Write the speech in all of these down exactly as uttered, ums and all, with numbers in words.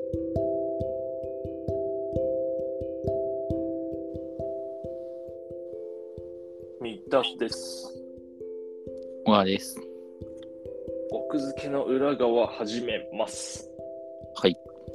三田です。 小川です。 奥付けの裏側始めます。 はい。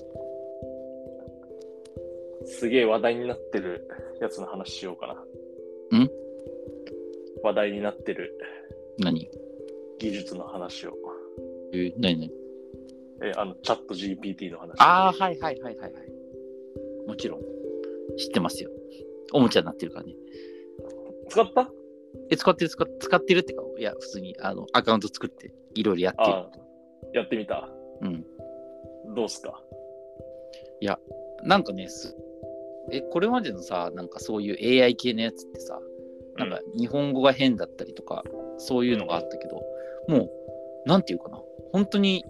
すげえ話題になってるやつの話しようかな。 ん？ 話題になってる何？ 技術の話を。 えー、何何？ え、あの、チャット ジーピーティー の話。 ああ、はいはいはいはいはい。もちろん。知ってますよ。おもちゃになってるからね。 使った？ え、使ってる使っ、使ってるってか、いや、普通にあのアカウント作っていろいろやってる。 ああ、やってみた。 うん。 どうすか？ いや、なんかね、すえ、これまでのさ、なんかそういう エーアイ 系のやつってさ、なんか日本語が変だったりとか、そういうのがあったけど、うん、もう、なんていうかな、本当に、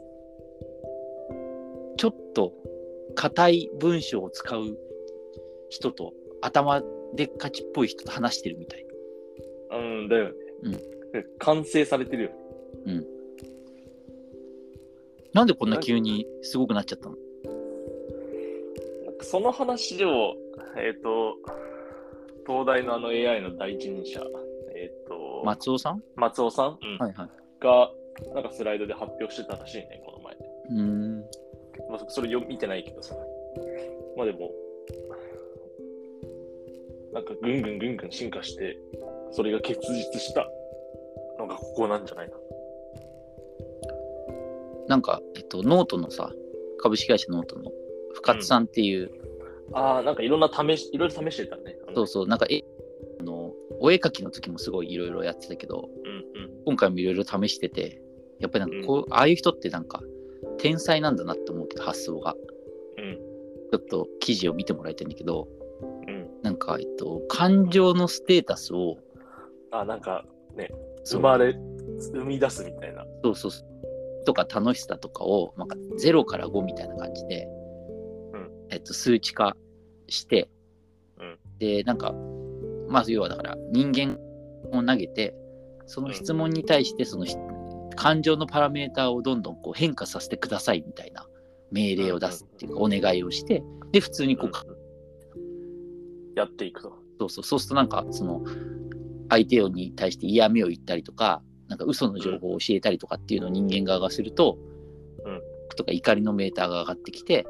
ちょっと硬い文章を使う人と、頭でっかちっぽい人と話してるみたい。 うんだよね。 うん。 完成されてるよね。 うん。なんでこんな急にすごくなっちゃったの？ なんかその話を、えっ、ー、と、東大のあの エーアイ の第一人者、えっ、ー、と、 松尾さん？ 松尾さん、うん、 はいはい。 が、なんかスライドで発表してたらしいね、この前。 うーん。 まあ、それ読見てないけどさ。まあでも、なんかぐんぐんぐんぐん進化して、それが結実したのがここなんじゃないか。 なんか、えっと、ノートのさ、株式会社ノートの深津さんっていう、 うん、ああ、なんかいろんな試し、いろいろ試してたね。 そうそう、なんかえあのお絵描きの時もすごいいろいろやってたけど、 うんうん、 今回もいろいろ試してて、やっぱりなんかこう、うん、ああいう人ってなんか天才なんだなって思うけど、発想が、うん、ちょっと記事を見てもらいたいんだけど、うん、なんか、えっと、感情のステータスを、 あ、なんかね、生まれ、生み出すみたいな。 そうそうそう。とか楽しさとかをなんかゼロからごみたいな感じで、うんえっと、数値化して、うん、でなんかまあ要はだから人間を投げてその質問に対してその、うん、感情のパラメーターをどんどんこう変化させてくださいみたいな命令を出すっていうかお願いをして、で普通にこう、うん、 やっていくと。 そうそうそうするとなんかその相手に対して嫌味を言ったりとかなんか嘘の情報を教えたりとかっていうのを人間側がすると、うん、とか怒りのメーターが上がってきて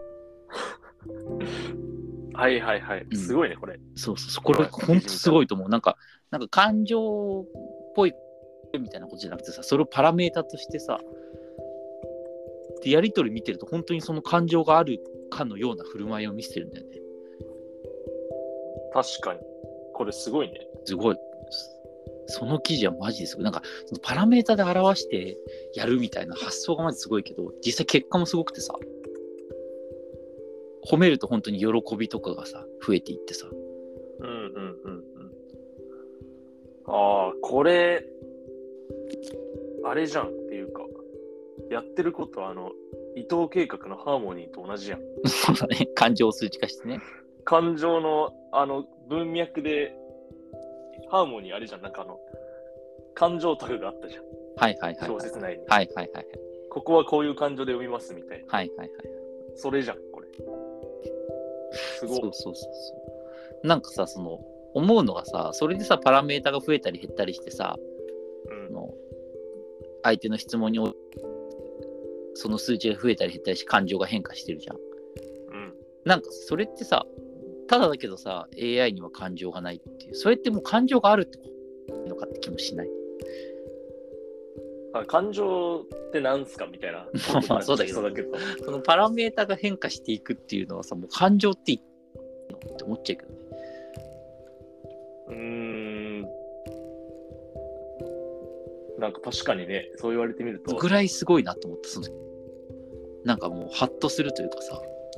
はいはいはい、うん、すごいねこれ。 そうそうこれ本当すごいと思う。なんかなんか感情っぽいみたいなことじゃなくてさ、それをパラメータとしてさ、でやり取り見てると本当にその感情があるかのような振る舞いを見せてるんだよね。 確かにこれすごいね。 すごい。その記事はマジですごい。なんかそのパラメータで表してやるみたいな発想がマジすごいけど、実際結果もすごくてさ、褒めると本当に喜びとかがさ増えていってさ。 うんうんうんうん。ああ、これあれじゃんっていうか、やってることはあの伊藤計画のハーモニーと同じやん。 そうだね。感情を数値化してね。 感情のあの文脈でハーモニーあれじゃん、なんかあの感情タグがあったじゃん。 はいはいはい、はい。 小説内に。 はいはいはい。 ここはこういう感情で読みますみたいな。 はいはいはい。それじゃん、これ。すごい。 そうそうそうそう。なんかさ、その、思うのがさ、それでさ、パラメータが増えたり減ったりしてさ、うん、の相手の質問にその数値が増えたり減ったりし、感情が変化してるじゃん。うん。なんかそれってさ、ただだけどさ、エーアイ には感情がないっていう、それってもう感情があるってことのかって気もしない？ あ、感情ってなんすかみたいな。 まあそうだけど、そのパラメータが変化していくっていうのはさ、もう感情って言ってのって思っちゃうけどね。 うーん。なんか確かにね、そう言われてみると。 ぐらいすごいなと思って、そのなんかもうハッとするというかさ。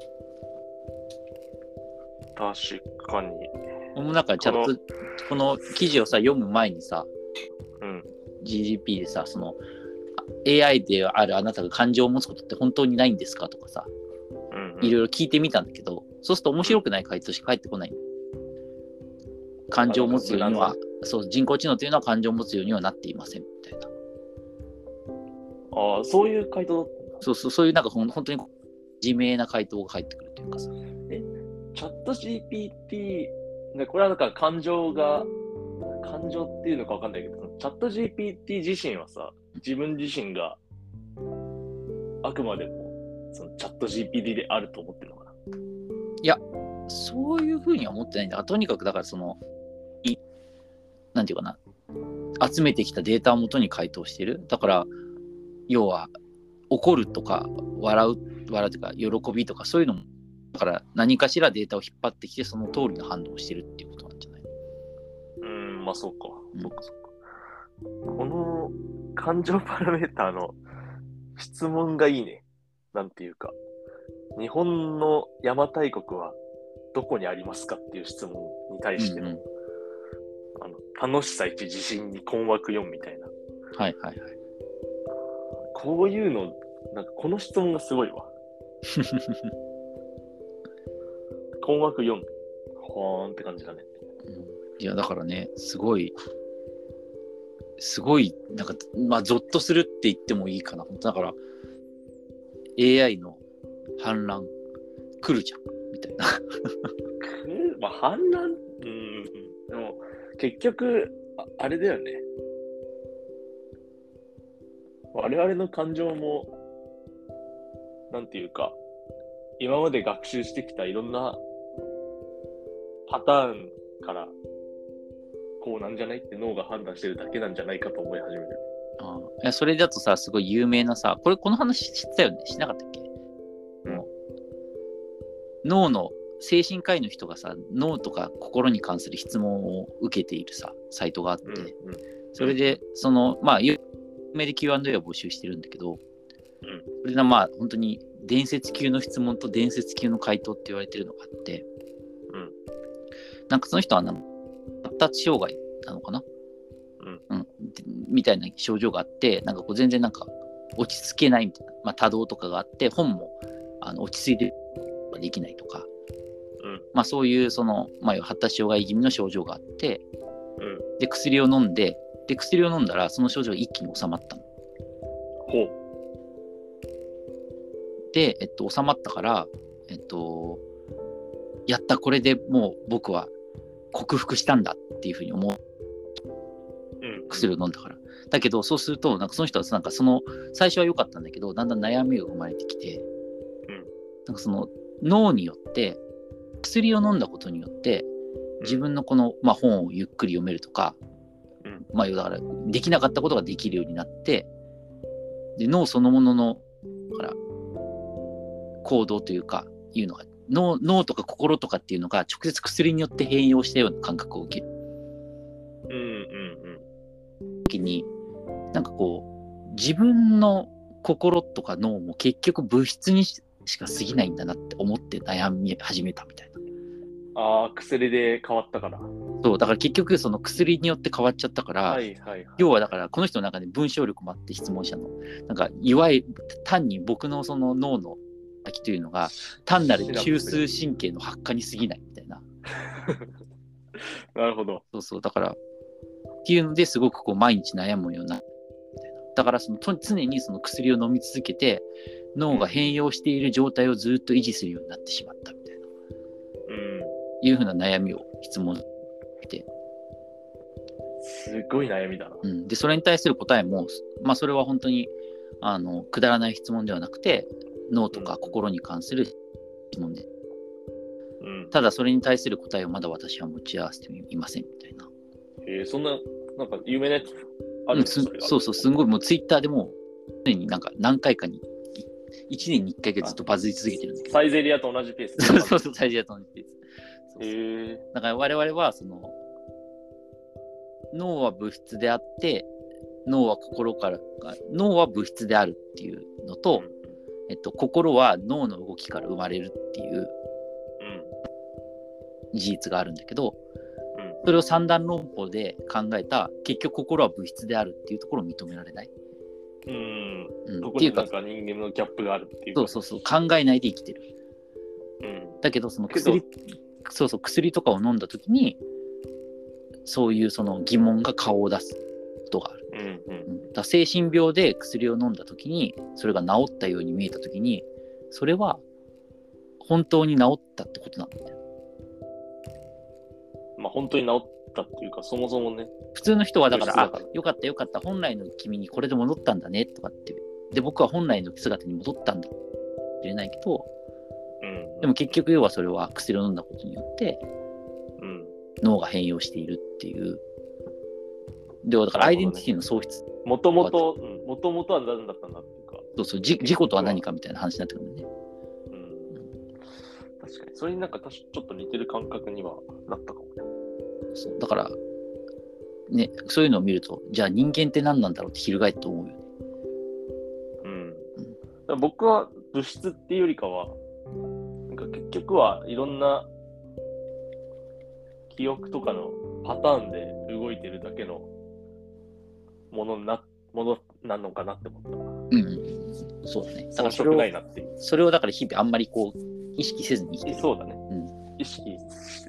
確かに。 もうなんかちゃんとこの記事をさ読む前にさ、うん、ジージーピー でさ、その エーアイ であるあなたが感情を持つことって本当にないんですかとかさ、うんうん、いろいろ聞いてみたんだけど、そうすると面白くない回答しか返ってこない。感情を持つようには、そう人工知能というのは感情を持つようにはなっていませんみたいな。 ああ、そういう回答だったんだ。 そうそう、そういうなんかほん本当に自明な回答が返ってくるというかさ。 え、チャット ジーピーティー、ね、これはなんか感情が、感情っていうのかわかんないけど、チャット ジーピーティー 自身はさ、自分自身があくまでもそのチャット ジーピーティー であると思ってるのかな。 いや、そういうふうには思ってないんだから、とにかくだからその、いなんていうかな、集めてきたデータをもとに回答している。だから、要は、怒るとか、笑う、笑うとか、喜びとか、そういうのも、だから何かしらデータを引っ張ってきて、その通りの反応をしてるっていうことなんじゃない？ うーん、まあそうか。 うん、 そうかそうか。この感情パラメーターの質問がいいね。なんていうか、日本の邪馬台国はどこにありますかっていう質問に対しての、うんうん、あの楽しさいち、自信に困惑よんみたいな。 はいはいはい。 こういうの、なんかこの質問がすごいわ。困惑よん。ほーんって感じだね。 うん、いやだからね、すごい、すごい、なんか、まあ、ゾッとするって言ってもいいかな。だから、エーアイ の反乱、来るじゃん、みたいな。 来るまあ、反乱、うん、でも、結局、あ、あれだよね。我々の感情も、なんていうか、今まで学習してきたいろんなパターンからこうなんじゃないって脳が判断してるだけなんじゃないかと思い始める。 ああ、いやそれだとさ、すごい有名なさ、これこの話知ってたよね？しなかったっけ？ うん、 もう脳の精神科医の人がさ、脳とか心に関する質問を受けているさ、サイトがあって、うんうん、それでそのまあ有名で キューアンドエー を募集してるんだけど、うん、それがまあ本当に伝説級の質問と伝説級の回答って言われてるのがあって、うん、なんかその人は発達障害なのかな、うんうん、みたいな症状があって、なんかこう全然なんか落ち着けないみたいな、まあ、多動とかがあって本もあの落ち着いてできないとか、うん、まあそういうその、まあ、発達障害気味の症状があって、うん、で薬を飲んでで薬を飲んだらその症状が一気に収まったの。 ほう。 で、えっと、収まったから、えっと、やった、これでもう僕は克服したんだっていうふうに思う、うん、薬を飲んだから。だけどそうするとなんかその人はなんかその最初は良かったんだけど、だんだん悩みが生まれてきて、うん、なんかその脳によって薬を飲んだことによって自分のこの、まあ、本をゆっくり読めるとか、うん、まあだからできなかったことができるようになって、で脳そのもののだから行動というかいうのが 脳, 脳とか心とかっていうのが直接薬によって変容したような感覚を受ける。うんうんうん。時になんかこう自分の心とか脳も結局物質にしか過ぎないんだなって思って悩み始めたみたいな。 ああ、薬で変わったから。 そうだから結局その薬によって変わっちゃったから、はいはいはい、要はだからこの人の中で文章力もあって質問者のなんかいわゆる単に僕のその脳の先というのが単なる中枢神経の発火に過ぎないみたいな。 なるほど。 そうそうだからっていうのですごくこう毎日悩むようなみたいな。だからその常にその薬を飲み続けて脳が変容している状態をずっと維持するようになってしまったみたいな、うん、いうふうな悩みを質問してすごい悩みだな、 うん、でそれに対する答えもまあそれは本当にあのくだらない質問ではなくて脳とか心に関する質問で、うん、ただそれに対する答えをまだ私は持ち合わせていませんみたいな。 えー、そんななんか有名なやつあるんですか、 うん、そうそうすんごいもうツイッターでも常になんか何回かにいちねんにいっかいがずっとバズり続けてるんだけど。 サイゼリアと同じペース。 そうそうそう、サイゼリアと同じペース。 へえ。 だから我々はその脳は物質であって脳は心から脳は物質であるっていうのと、うんえっと、心は脳の動きから生まれるっていう事実があるんだけど、うん、それを三段論法で考えた結局心は物質であるっていうところを認められない。 うん、うん、ここになんか人間のギャップがあるっていう。 そうそうそう考えないで生きてる。うん、だけどその薬そうそう薬とかを飲んだ時にそういうその疑問が顔を出すことがある。うんうん、だ精神病で薬を飲んだ時にそれが治ったように見えた時にそれは本当に治ったってことなんだよ。 まあ本当に治ったっていうか、そもそもね。 普通の人はだから、 だからあ、よかったよかった、本来の君にこれで戻ったんだねとかって。で、僕は本来の姿に戻ったんだかもしれないけど、 うん、 でも結局要はそれは薬を飲んだことによって、うん、脳が変容しているっていう。で、だからアイデンティティの喪失。 もともと、もともとは何だったんだっていうか。 そうそう、自己とは何かみたいな話になってくるんだよね。 うん。確かに、それになんかちょっと似てる感覚にはなったかもね。 そうだから、ね、そういうのを見ると、じゃあ人間って何なんだろうって翻って思うよね。 うん。うん、僕は物質っていうよりかは、なんか結局はいろんな記憶とかのパターンで動いてるだけのものな、ものなのかなって思った。 うん。そうだね。 だからそれをないなっていう。 それをだから日々あんまりこう意識せずに生きてる。 そうだね。うん、意識して。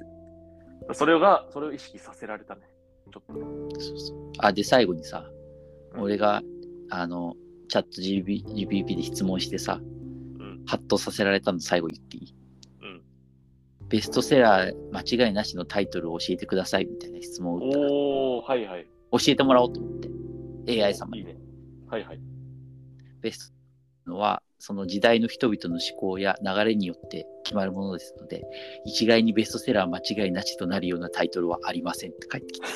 それが、それを意識させられたね。ちょっとね。 そうそう。あ、で、最後にさ、うん、俺が、あの、チャット ジーピーティー で質問してさ、うん、ハッとさせられたの最後言っていい？うん。ベストセラー間違いなしのタイトルを教えてくださいみたいな質問を打ったから。 おー、はいはい。 教えてもらおうと思って。エーアイ 様に。 いいね。はいはい。 ベストのは、その時代の人々の思考や流れによって決まるものですので、一概にベストセラー間違いなしとなるようなタイトルはありませんって書いてきた。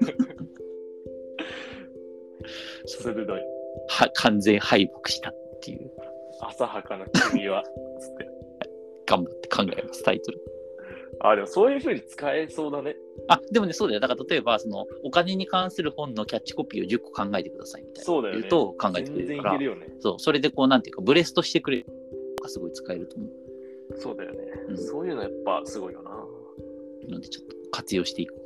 鋭い。 は、完全敗北したっていう。 浅はかな君は、つって。 頑張って考えます、タイトル。 あ、でもそういう風に使えそうだね。 あ、でもね、そうだよ。だから例えば、そのお金に関する本のキャッチコピーをじゅっこ考えてくださいみたいな。 そうだよね。 言うと考えてくれるから。 全然いけるよね。 そう、それでこう、なんていうか、ブレストしてくれるのがすごい使えると思う。 そうだよね。うん、そういうのやっぱすごいよな。 なので、ちょっと活用していこ